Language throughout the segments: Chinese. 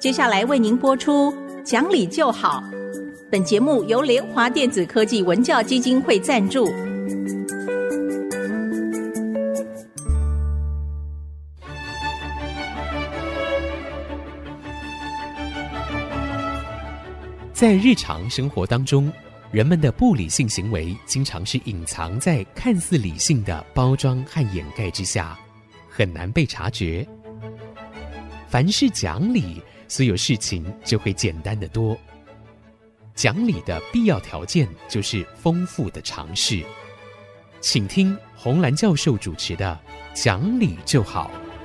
接下来为您播出讲理就好。本节目由联华电子科技文教基金会赞助。 在日常生活当中，人们的不理性行为经常是隐藏在看似理性的包装和掩盖之下，很难被察觉。凡事讲理，所有事情就会简单得多。讲理的必要条件就是丰富的常识。请听洪兰教授主持的《讲理就好》。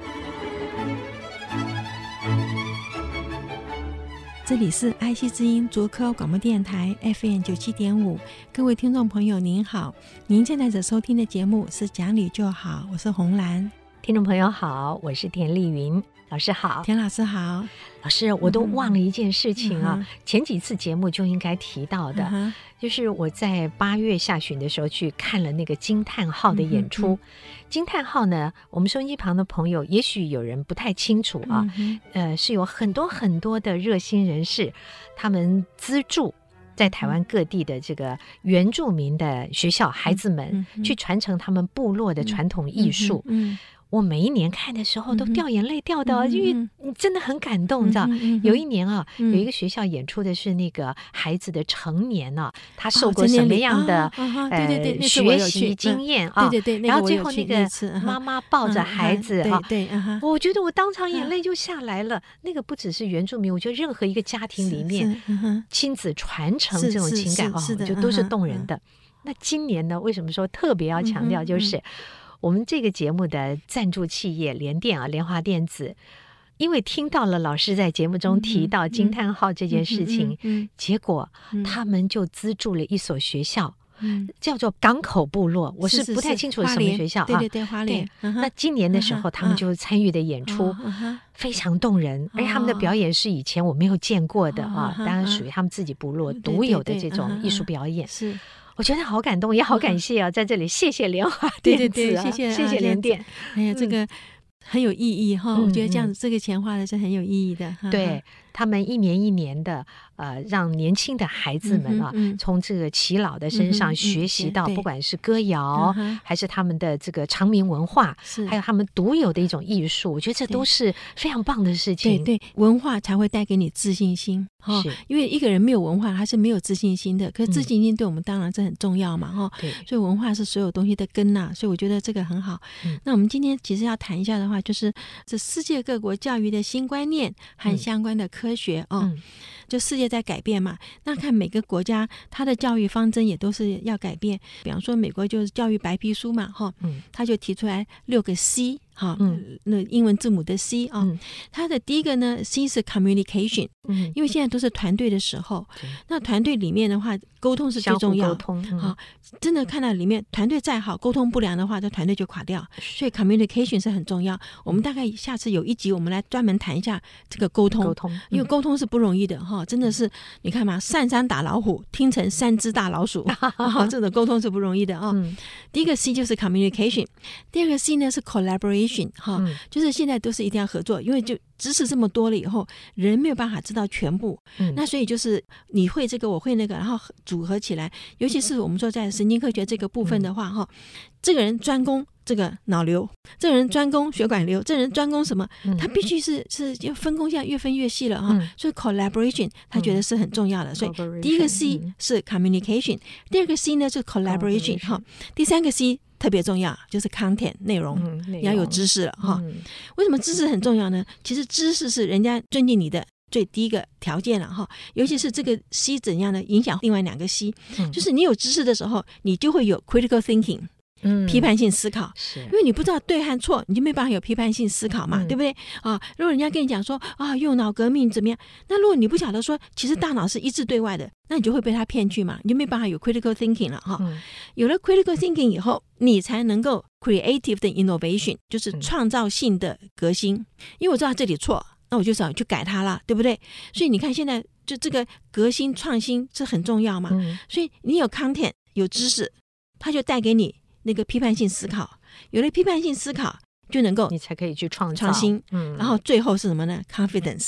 这里是爱惜之音竹科广播电台 FM 97.5，各位听众朋友您好，您现在所收听的节目是讲理就好，我是洪兰。 听众朋友好，我是田丽云，老师好。 田老师好。 老师，我都忘了一件事情啊，前几次节目就应该提到的，就是我在8月下旬的时候去看了那个惊叹号的演出。惊叹号呢，我们收音机旁的朋友也许有人不太清楚啊，是有很多很多的热心人士，他们资助在台湾各地的这个原住民的学校孩子们去传承他们部落的传统艺术。我每一年看的时候都掉眼泪掉的，因为你真的很感动，你知道。有一年啊，有一个学校演出的是那个孩子的成年啊，他受过什么样的学习经验啊？然后最后那个妈妈抱着孩子啊，我觉得我当场眼泪就下来了。那个不只是原住民，我觉得任何一个家庭里面亲子传承这种情感，我觉得都是动人的。那今年呢，为什么说特别要强调，就是我们这个节目的赞助企业联电啊，联华电子，因为听到了老师在节目中提到惊叹号这件事情，结果他们就资助了一所学校，叫做港口部落，我是不太清楚什么学校啊。 对，花莲。 那今年的时候，他们就参与的演出非常动人，而且他们的表演是以前我没有见过的啊，当然属于他们自己部落独有的这种艺术表演。 是。 我觉得好感动，也好感谢啊！在这里谢谢联华电子， 对，谢谢联电。 哎呀，这个很有意义哈，我觉得这样子这个钱花的是很有意义的。 对，他们一年一年的让年轻的孩子们啊，从这个耆老的身上学习到，不管是歌谣，还是他们的这个长民文化，还有他们独有的一种艺术，我觉得这都是非常棒的事情。 对，文化才会带给你自信心。因为一个人没有文化，他是没有自信心的。可是自信心对我们当然是很重要嘛，所以文化是所有东西的根呐。所以我觉得这个很好。那我们今天其实要谈一下的话，就是这世界各国教育的新观念和相关的科学就世界在改变嘛，那看每个国家它的教育方针也都是要改变。比方说美国就是教育白皮书嘛，他就提出来6个 C。那英文字母的 C 啊，它的第一个呢 C 是 communication，因为现在都是团队的时候，那团队里面的话沟通是最重要的。真的看到里面团队再好，沟通不良的话，这团队就垮掉。所以 communication 是很重要。我们大概下次有一集我们来专门谈一下这个沟通，因为沟通是不容易的真的是你看嘛，上山打老虎听成3只大老鼠这种沟通是不容易的第一个 C 就是 communication， 第二个 C 呢是 collaboration。就是现在都是一定要合作，因为就知识这么多了以后，人没有办法知道全部，那所以就是你会这个我会那个，然后组合起来。尤其是我们说在神经科学这个部分的话这个人专攻这个脑瘤，这个人专攻血管瘤，这个人专攻什么，他必须是要分工，现在越分越细了所以 collaboration 他觉得是很重要的。所以第一个 C 是 communication， 第二个 C 呢是 collaboration 第三个 C特别重要，就是 content 内容，你要有知识了为什么知识很重要呢？其实知识是人家尊敬你的最低一个条件了尤其是这个 C 怎样的影响另外2个 C，就是你有知识的时候，你就会有 critical thinking。批判性思考，因为你不知道对和错，你就没办法有批判性思考嘛，对不对如果人家跟你讲说右脑革命怎么样，那如果你不晓得说其实大脑是一致对外的，那你就会被他骗去嘛，你就没办法有 critical thinking 了有了 critical thinking 以后，你才能够 creative 的 innovation， 就是创造性的革新。因为我知道这里错，那我就想去改它了，对不对？所以你看现在就这个革新创新这很重要嘛所以你有 content 有知识，它就带给你那个批判性思考，有了批判性思考就能够你才可以去创新然后最后是什么呢？ confidence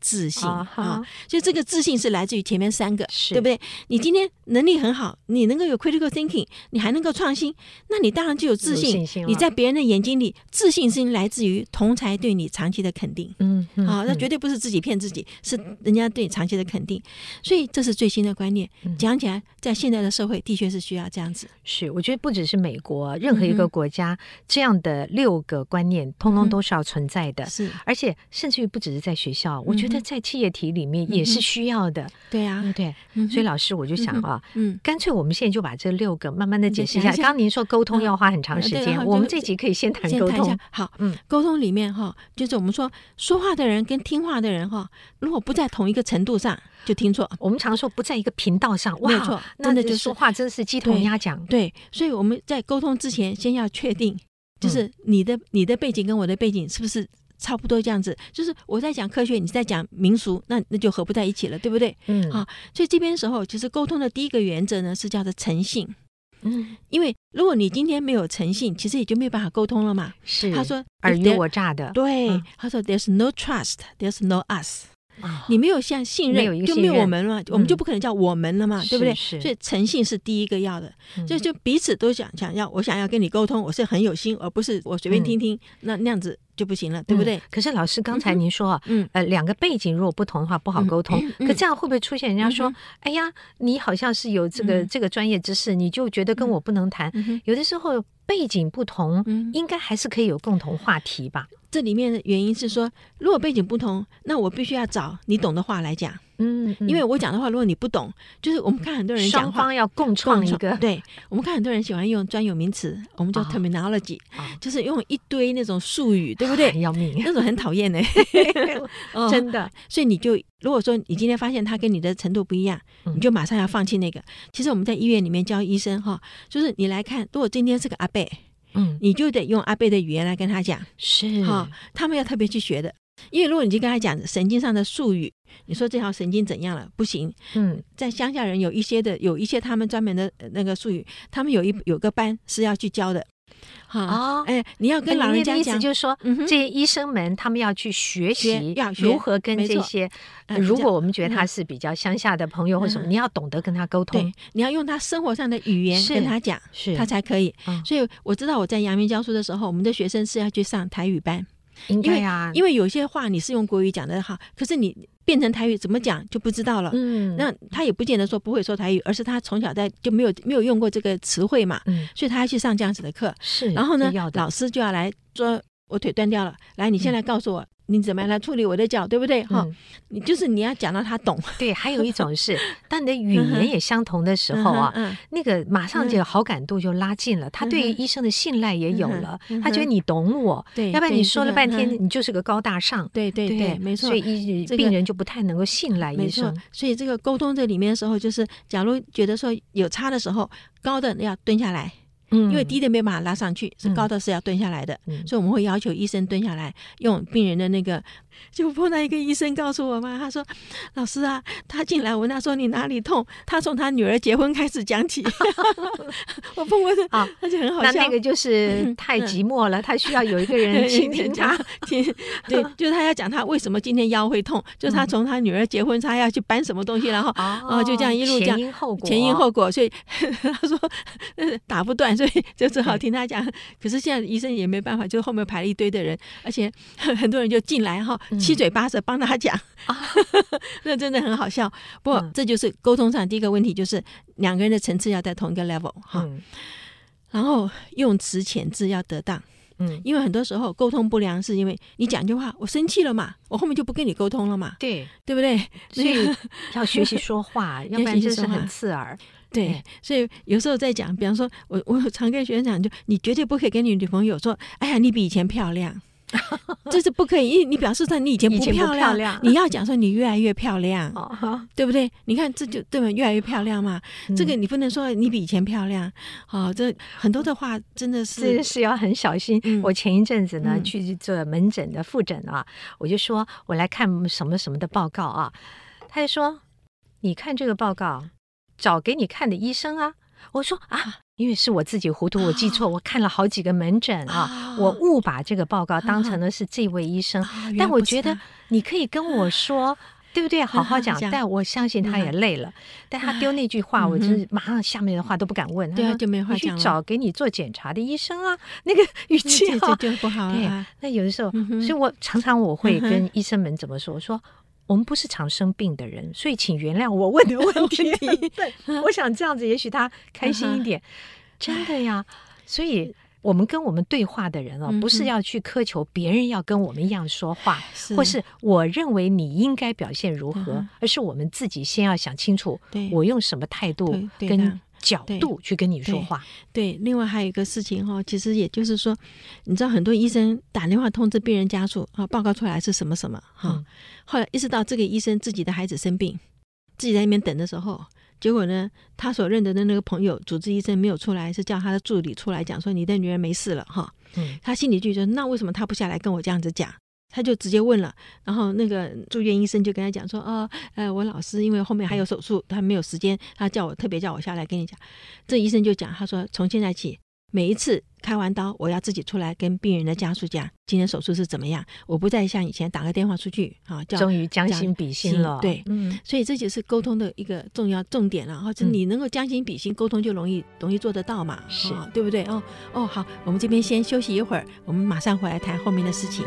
自信所以这个自信是来自于前面3个，对不对？你今天能力很好，你能够有 critical thinking， 你还能够创新，那你当然就有自信。你在别人的眼睛里，自信是来自于同侪对你长期的肯定。那绝对不是自己骗自己，是人家对你长期的肯定。所以这是最新的观念，讲起来在现在的社会的确是需要这样子。 是，我觉得不只是美国，任何一个国家这样的6个观念通通都是要存在的。 是， 而且甚至于不只是在学校，我觉得在企业体里面也是需要的。 对啊， 对。所以老师我就想干脆我们现在就把这6个慢慢的解释一下。刚刚您说沟通要花很长时间，我们这集可以先谈沟通。 好，沟通里面就是我们说话的人跟听话的人如果不在同一个程度上就听错。 我们常说不在一个频道上， 没错， 真的就是说话真是鸡同鸭讲。 对，所以我们在沟通之前先要确定，就是你的背景跟我的背景是不是差不多这样子，就是我在讲科学，你在讲民俗，那就合不在一起了，对不对？所以这边时候其实沟通的第一个原则呢是叫做诚信。因为如果你今天没有诚信，其实也就没有办法沟通了嘛。 是， 他说尔虞我诈的。 对，他说 there's no trust, there's no us。你没有像信任，就没有我们了，我们就不可能叫我们了嘛，对不对？所以诚信是第一个要的，就彼此都想要，我想要跟你沟通，我是很有心，而不是我随便听听，那样子就不行了，对不对？ 可是老师刚才您说2个背景如果不同的话不好沟通，可这样会不会出现人家说哎呀你好像是有这个专业知识，你就觉得跟我不能谈？有的时候背景不同应该还是可以有共同话题吧。 这里面的原因是说，如果背景不同，那我必须要找你懂的话来讲。因为我讲的话如果你不懂，就是我们看很多人讲话双方要共创一个。 对，我们看很多人喜欢用专有名词，我们叫 terminology，就是用一堆那种术语，对不对？ 要命， 那种很讨厌的真的。 所以你就如果说你今天发现他跟你的程度不一样，你就马上要放弃那个。其实我们在医院里面教医生就是你来看，如果今天是个阿伯，你就得用阿伯的语言来跟他讲。 是， 他们要特别去学的。因为如果你就跟他讲神经上的术语，你说这条神经怎样了，不行。在乡下人有一些他们专门的那个术语，他们有个班是要去教的。你要跟老人家讲， 意思就是说这些医生们他们要去学习如何跟这些如果我们觉得他是比较乡下的朋友或什么，你要懂得跟他沟通。 对，你要用他生活上的语言跟他讲，他才可以。所以我知道我在阳明教书的时候，我们的学生是要去上台语班。 应该啊， 因为有些话你是用国语讲的好，可是你变成台语怎么讲就不知道了。那他也不见得说不会说台语，而是他从小就没有用过这个词汇嘛，所以他要去上这样子的课。 是， 然后呢，老师就要来说我腿断掉了，来你现在告诉我你怎么样来处理我的脚，对不对？你要讲到他懂。 对，还有一种是当你的语言也相同的时候那个马上这个好感度就拉近了，他对于医生的信赖也有了，他觉得你懂我，要不然你说了半天你就是个高大上。 对，没错。 所以病人就不太能够信赖医生。 所以这个沟通这里面的时候，就是假如觉得说有差的时候，高的要蹲下来。因为低的没办法拉上去，是高的是要蹲下来的，所以我们会要求医生蹲下来，用病人的那个。就碰到一个医生告诉我嘛，他说老师啊，他进来问他说你哪里痛，他从他女儿结婚开始讲起。我碰过的他就很好笑。 那个就是太寂寞了，他需要有一个人倾听他。 对，就是他要讲他为什么今天腰会痛，就是他从他女儿结婚，他要去搬什么东西，然后就这样一路讲前因后果，所以他说打不断，所以就只好听他讲。可是现在医生也没办法，就后面排了一堆的人，而且很多人就进来七嘴八舌帮他讲。那真的很好笑。不过这就是沟通上第一个问题，就是两个人的层次要在同一个 level 然后用词遣字要得当。因为很多时候沟通不良是因为你讲句话我生气了嘛，我后面就不跟你沟通了嘛，对不对？ 所以要学习说话，要不然真是很刺耳。 对，所以有时候在讲，比方说我常跟学生讲，就你绝对不可以跟你女朋友说哎呀你比以前漂亮。这是不可以，因为你表示上你以前不漂亮，你要讲说你越来越漂亮，对不对？你看这就对吗？越来越漂亮嘛，这个你不能说你比以前漂亮。这很多的话真的是要很小心。我前一阵子呢去做门诊的复诊我就说我来看什么什么的报告他就说你看这个报告找给你看的医生啊。我说因为是我自己糊涂，我记错，我看了好几个门诊我误把这个报告当成了是这位医生。但我觉得你可以跟我说。对不对？好好讲，但我相信他也累了。但他丢那句话，我真是马上下面的话都不敢问。 对啊，就没话讲了。 你去找给你做检查的医生啊，那个语气就不好了。 对，那有的时候，所以我常常会跟医生们怎么说？说我们不是常生病的人，所以请原谅我问的问题。对，我想这样子，也许他开心一点。真的呀，所以。我们跟我们对话的人不是要去苛求别人要跟我们一样说话，或是我认为你应该表现如何，而是我们自己先要想清楚，我用什么态度跟角度去跟你说话。 对，另外还有一个事情其实也就是说，你知道很多医生打电话通知病人家属报告出来是什么什么后来一直到这个医生自己的孩子生病，自己在那边等的时候。结果呢，他所认得的那个朋友主治医生没有出来，是叫他的助理出来讲说你的女儿没事了他心里就觉得那为什么他不下来跟我这样子讲，他就直接问了，然后那个住院医生就跟他讲说我老师因为后面还有手术，他没有时间，他特别叫我下来跟你讲。这医生就讲，他说从现在起每一次开完刀我要自己出来跟病人的家属讲今天手术是怎么样，我不再像以前打个电话出去终于将心比心了。 对，所以这就是沟通的一个重点了就是你能够将心比心，沟通就容易做得到嘛， 是对不对？好，我们这边先休息一会儿，我们马上回来谈后面的事情。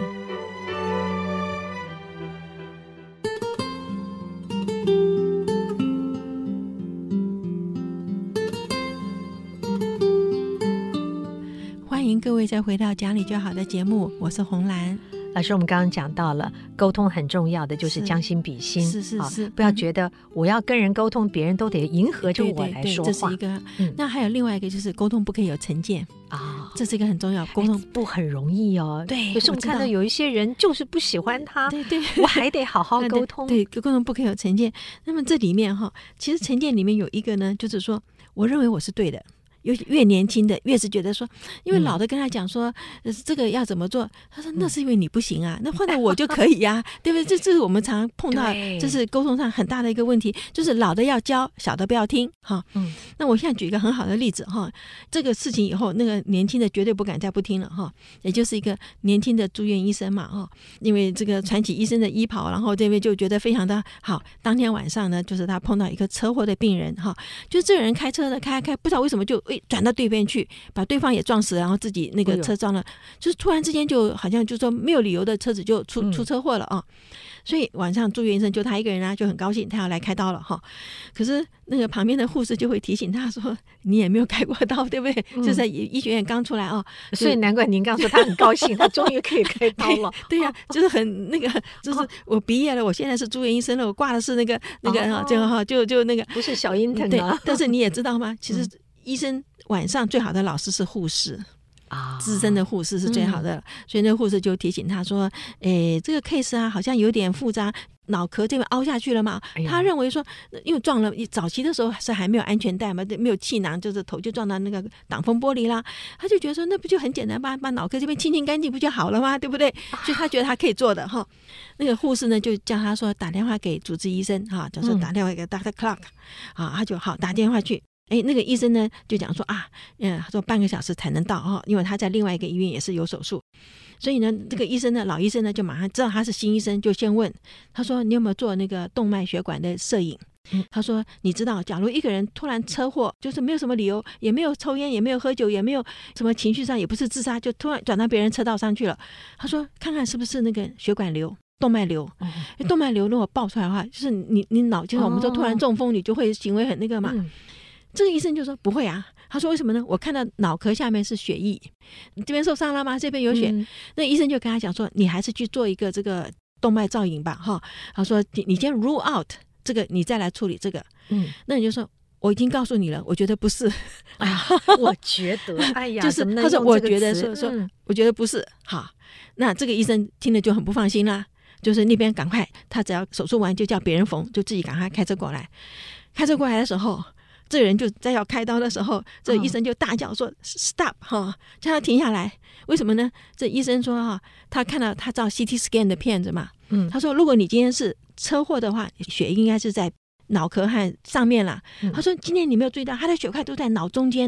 欢迎各位再回到讲理就好的节目，我是洪兰老师。我们刚刚讲到了沟通很重要的就是将心比心， 是不要觉得我要跟人沟通别人都得迎合着我来说话， 这是一个那还有另外一个就是沟通不可以有成见这是一个很重要，沟通不很容易对， 可是我们看到有一些人就是不喜欢他， 对， 我还得好好沟通。 对，沟通不可以有成见。那么这里面其实成见里面有一个呢，就是说我认为我是对的，越年轻的越是觉得说，因为老的跟他讲说这个要怎么做，他说那是因为你不行啊，那换了我就可以啊对不对？这是我们常碰到，这是沟通上很大的一个问题，就是老的要教，小的不要听那我现在举一个很好的例子这个事情以后那个年轻的绝对不敢再不听了也就是一个年轻的住院医生嘛因为这个传奇医生的医袍，然后这边就觉得非常的好。当天晚上呢，就是他碰到一个车祸的病人就是这个人开车的开不知道为什么就转到对边去，把对方也撞死了，然后自己那个车撞了就是突然之间就好像就说没有理由的车子就出车祸了所以晚上住院医生就他一个人就很高兴，他要来开刀了可是那个旁边的护士就会提醒他说你也没有开过刀对不对就是在医学院刚出来所以难怪您刚说他很高兴他终于可以开刀了对呀就是很那个就是我毕业了，我现在是住院医生了，我挂的是那个就那个不是小阴疼对，但是你也知道吗其实医生晚上最好的老师是护士资深的护士是最好的所以那个护士就提醒他说这个 case 好像有点复杂，脑壳这边凹下去了嘛他认为说因为撞了早期的时候是还没有安全带嘛，没有气囊，就是头就撞到那个挡风玻璃啦，他就觉得说那不就很简单把脑壳这边清干净不就好了吗，对不对所以他觉得他可以做的那个护士呢就叫他说打电话给主治医生就说打电话给 Dr. Clark 他就好打电话去那个医生呢就讲说他说半个小时才能到因为他在另外一个医院也是有手术，所以呢这个医生呢老医生呢就马上知道他是新医生，就先问他说你有没有做那个动脉血管的摄影他说你知道假如一个人突然车祸，就是没有什么理由，也没有抽烟也没有喝酒也没有什么情绪上，也不是自杀，就突然转到别人车道上去了，他说看看是不是那个血管瘤动脉瘤动脉瘤如果爆出来的话，就是你脑就是我们说突然中风你就会行为很那个嘛这个医生就说不会啊，他说为什么呢？我看到脑壳下面是血液，你这边受伤了吗？这边有血那医生就跟他讲说你还是去做一个这个动脉造影吧他说你先 rule out 这个，你再来处理这个那你就说我已经告诉你了，我觉得不是我觉得就是他说我觉得说我觉得不是好，那这个医生听了就很不放心啦，就是那边赶快他只要手术完就叫别人缝，就自己赶快开车过来的时候，这个人就在要开刀的时候，这个医生就大叫说 stop 叫他停下来。为什么呢？这医生说他看到他照 CT scan 的片子嘛他说如果你今天是车祸的话，血应该是在脑壳和上面啦他说今天你没有注意到他的血块都在脑中间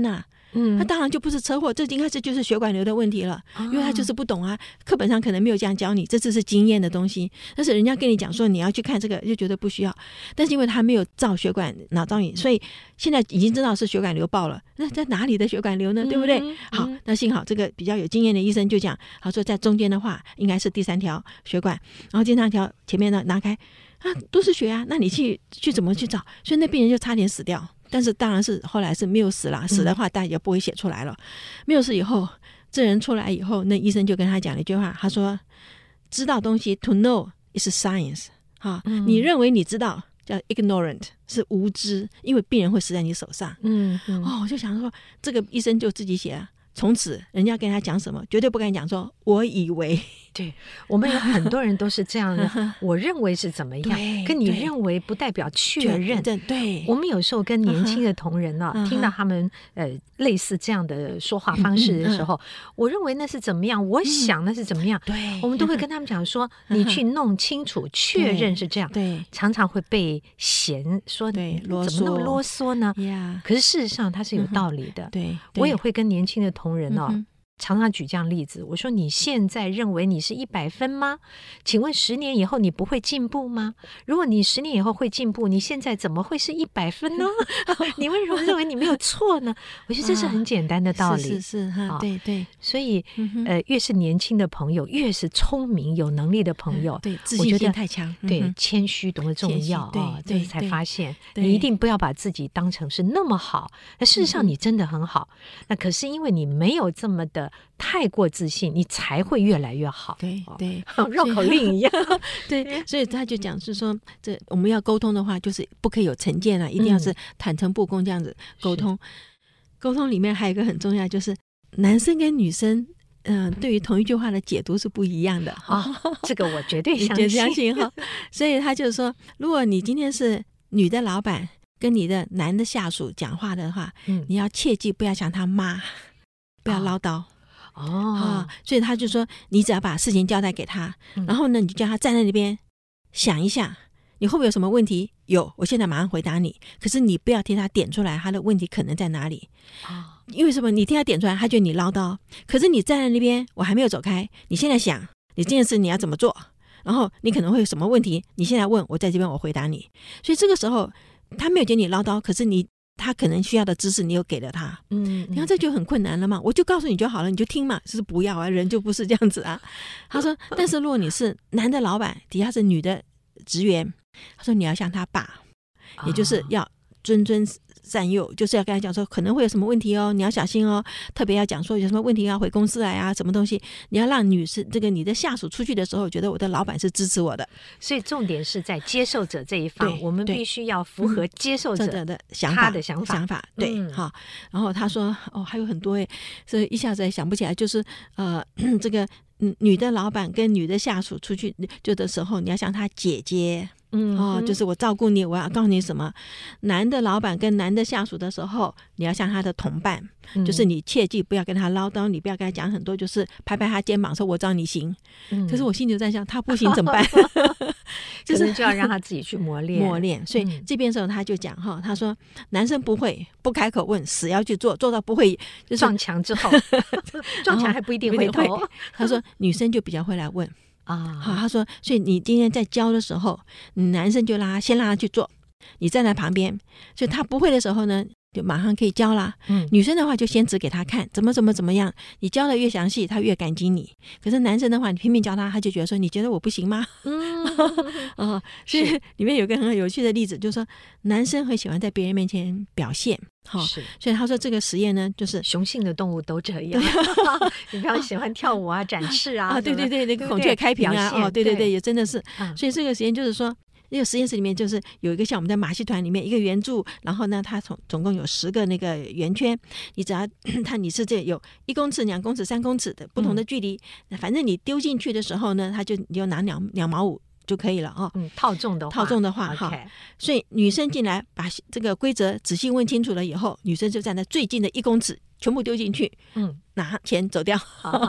他当然就不是车祸，这应该就是血管瘤的问题了，因为他就是不懂啊，课本上可能没有这样教你，这只是经验的东西，但是人家跟你讲说你要去看这个，就觉得不需要，但是因为他没有照血管脑造影，所以现在已经知道是血管瘤爆了，那在哪里的血管瘤呢？对不对？好，那幸好这个比较有经验的医生就讲，他说在中间的话应该是第3条血管，然后第3条前面呢拿开啊，都是血啊，那你去怎么去找？所以那病人就差点死掉。但是当然是后来是没有死了，死的话大家就不会写出来了。没有死以后，这人出来以后，那医生就跟他讲了一句话，他说知道东西 to know is science 你认为你知道叫 ignorant 是无知，因为病人会死在你手上。我就想说这个医生就自己写了，从此人家跟他讲什么绝对不敢讲说我以为。 对，我们有很多人都是这样的我认为是怎么样，跟你认为不代表确认。 对， 我们有时候跟年轻的同仁听到他们类似这样的说话方式的时候，我认为那是怎么样，我想那是怎么样，我们都会跟他们讲说你去弄清楚确认是这样。 对， 常常会被嫌说怎么那么啰嗦呢？可是事实上它是有道理的。 对， 我也会跟年轻的同仁常常举这样例子，我说你现在认为你是100分吗？请问10年以后你不会进步吗？如果你10年以后会进步，你现在怎么会是100分呢？你为什么认为你没有错呢？我觉得这是很简单的道理。 是对。 所以越是年轻的朋友，越是聪明有能力的朋友， 对，自信心太强， 对，谦虚多么重要这才发现你一定不要把自己当成是那么好，那事实上你真的很好，那可是因为你没有这么的太过自信，你才会越来越好。 对， 绕口令一样。 对，所以他就讲是说，这我们要沟通的话，就是不可以有成见一定要是坦诚不公这样子沟通。沟通里面还有一个很重要，就是男生跟女生对于同一句话的解读是不一样的这个我绝对相信所以他就说，如果你今天是女的老板跟你的男的下属讲话的话，你要切记不要像他妈，不要唠叨所以他就说你只要把事情交代给他，然后呢你就叫他站在那边想一下你会不会有什么问题，有，我现在马上回答你，可是你不要听他点出来他的问题可能在哪里因为什么，你听他点出来他觉得你唠叨，可是你站在那边我还没有走开，你现在想你这件事你要怎么做，然后你可能会有什么问题，你现在问我在这边我回答你，所以这个时候他没有觉得你唠叨，可是他可能需要的知识你又给了他你看这就很困难了嘛，我就告诉你就好了，你就听嘛，是不要人就不是这样子他说但是如果你是男的老板底下是女的职员，他说你要像他爸也就是要谆善诱，就是要跟他讲说可能会有什么问题你要小心特别要讲说有什么问题要回公司来什么东西，你要让你的下属出去的时候觉得我的老板是支持我的， 所以重点是在接受者这一方，我们必须要符合接受者的想法对然后他说还有很多所以一下子也想不起来，就是这个女的老板跟女的下属出去就的时候，你要像她姐姐就是我照顾你，我要告诉你什么。男的老板跟男的下属的时候，你要像他的同伴就是你切记不要跟他唠叨，你不要跟他讲很多，就是拍拍他肩膀说我知道你行可是我心里就在想他不行怎么办就是就要让他自己去磨练所以这边的时候他就讲他说男生不会不开口问，死要去做到不会就是撞墙之后撞墙还不一定回头他说女生就比较会来问好，他说所以你今天在教的时候，男生就先让他去做，你站在旁边，所以他不会的时候呢就马上可以教啦女生的话就先指给他看怎么样，你教的越详细他越感激你，可是男生的话你拼命教他就觉得说你觉得我不行吗所以里面有个很有趣的例子，就是说男生会喜欢在别人面前表现所以他说这个实验呢就是雄性的动物都这样你比较喜欢跳舞展翅对那个孔雀开屏对也真的是所以这个实验就是说那个实验室里面就是有一个像我们在马戏团里面一个圆柱，然后呢它总共有10个那个圆圈，你只要看你是这有1公尺2公尺3公尺的不同的距离反正你丢进去的时候呢你就拿2毛5就可以了套中的话所以女生进来把这个规则仔细问清楚了以后，女生就站在最近的1公尺全部丢进去拿钱走掉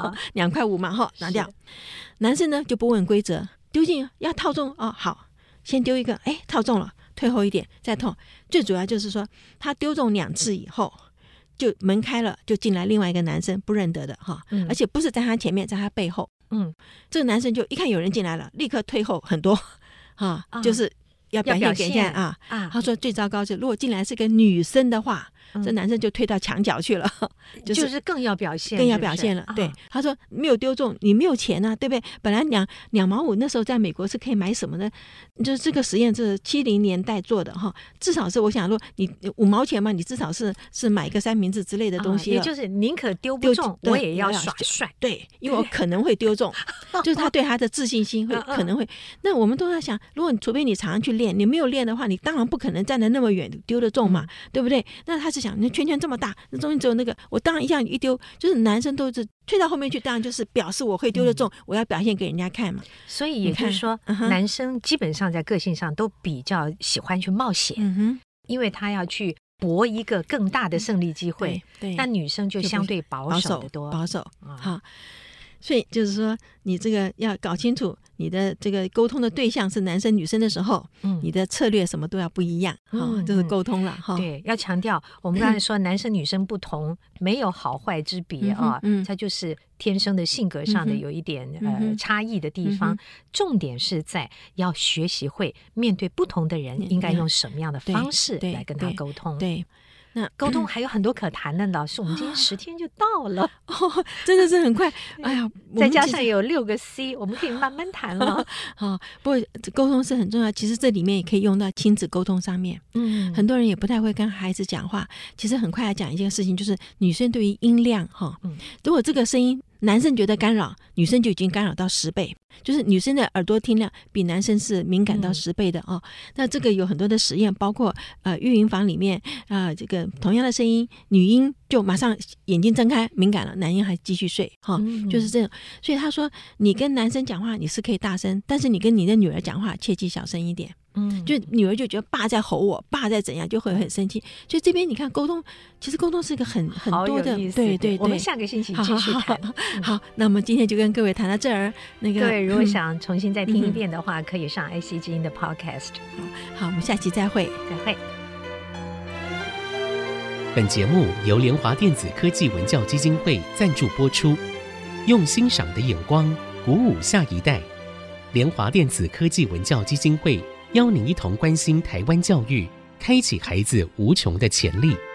2块5嘛拿掉，男生呢就不问规则，丢进要套中好先丢一个套中了，退后一点再套，最主要就是说他丢中2次以后就门开了，就进来另外一个男生不认得的哈，而且不是在他前面，在他背后。这个男生就一看有人进来了，立刻退后很多哈，就是要表现给人家啊。他说最糟糕是如果进来是个女生的话，这男生就推到墙角去了， 就是更要表现， 了。对，他说没有丢中，你没有钱啊，对不对？本来2毛5那时候在美国是可以买什么的，就是这个实验是70年代做的哈，至少是我想说你5毛钱嘛，你至少是买一个三明治之类的东西， 也就是宁可丢不中，我也要耍帅。 对，因为我可能会丢中，就是他对他的自信心会可能会。那我们都在想，如果除非你常常去练，你没有练的话，你当然不可能站得那么远丢得中嘛，对不对？那他是想，那圈圈这么大，那中间只有那个，我当然一下一丢，就是男生都是推到后面去，当然就是表示我会丢得中，我要表现给人家看嘛。 所以也就是说，男生基本上在个性上都比较喜欢去冒险，因为他要去搏一个更大的胜利机会。对，但女生就相对保守得多， 保守。好。所以就是说，你这个要搞清楚你的这个沟通的对象是男生女生的时候，你的策略什么都要不一样，这是沟通了哈。 对，要强调我们刚才说男生女生不同，没有好坏之别啊，它就是天生的性格上的有一点差异的地方。重点是在要学习会面对不同的人，应该用什么样的方式来跟他沟通。 对。那沟通还有很多可谈的，老师，我们今天10天就到了， 真的是很快。哎呀， 再加上有6个 C， 我们可以慢慢谈了。 不过沟通是很重要，其实这里面也可以用到亲子沟通上面。很多人也不太会跟孩子讲话，其实很快要讲一件事情，就是女生对于音量如果这个声音男生觉得干扰，女生就已经干扰到10倍，就是女生的耳朵听量比男生是敏感到10倍的哦。那这个有很多的实验，包括育婴房里面这个同样的声音，女婴就马上眼睛睁开敏感了，男婴还继续睡就是这样。所以他说，你跟男生讲话你是可以大声，但是你跟你的女儿讲话切记小声一点。就女儿就觉得爸在吼我，爸在怎样，就会很生气。所以这边你看沟通，其实沟通是一个很多的，对， 我们下个星期继续谈。 好，那我们今天就跟各位谈到这儿。各位如果想重新再听一遍的话，可以上 IC 之音的 Podcast。 好，我们下期再会。 本节目由联华电子科技文教基金会赞助播出，用欣赏的眼光鼓舞下一代。联华电子科技文教基金会邀您一同关心台湾教育，开启孩子无穷的潜力。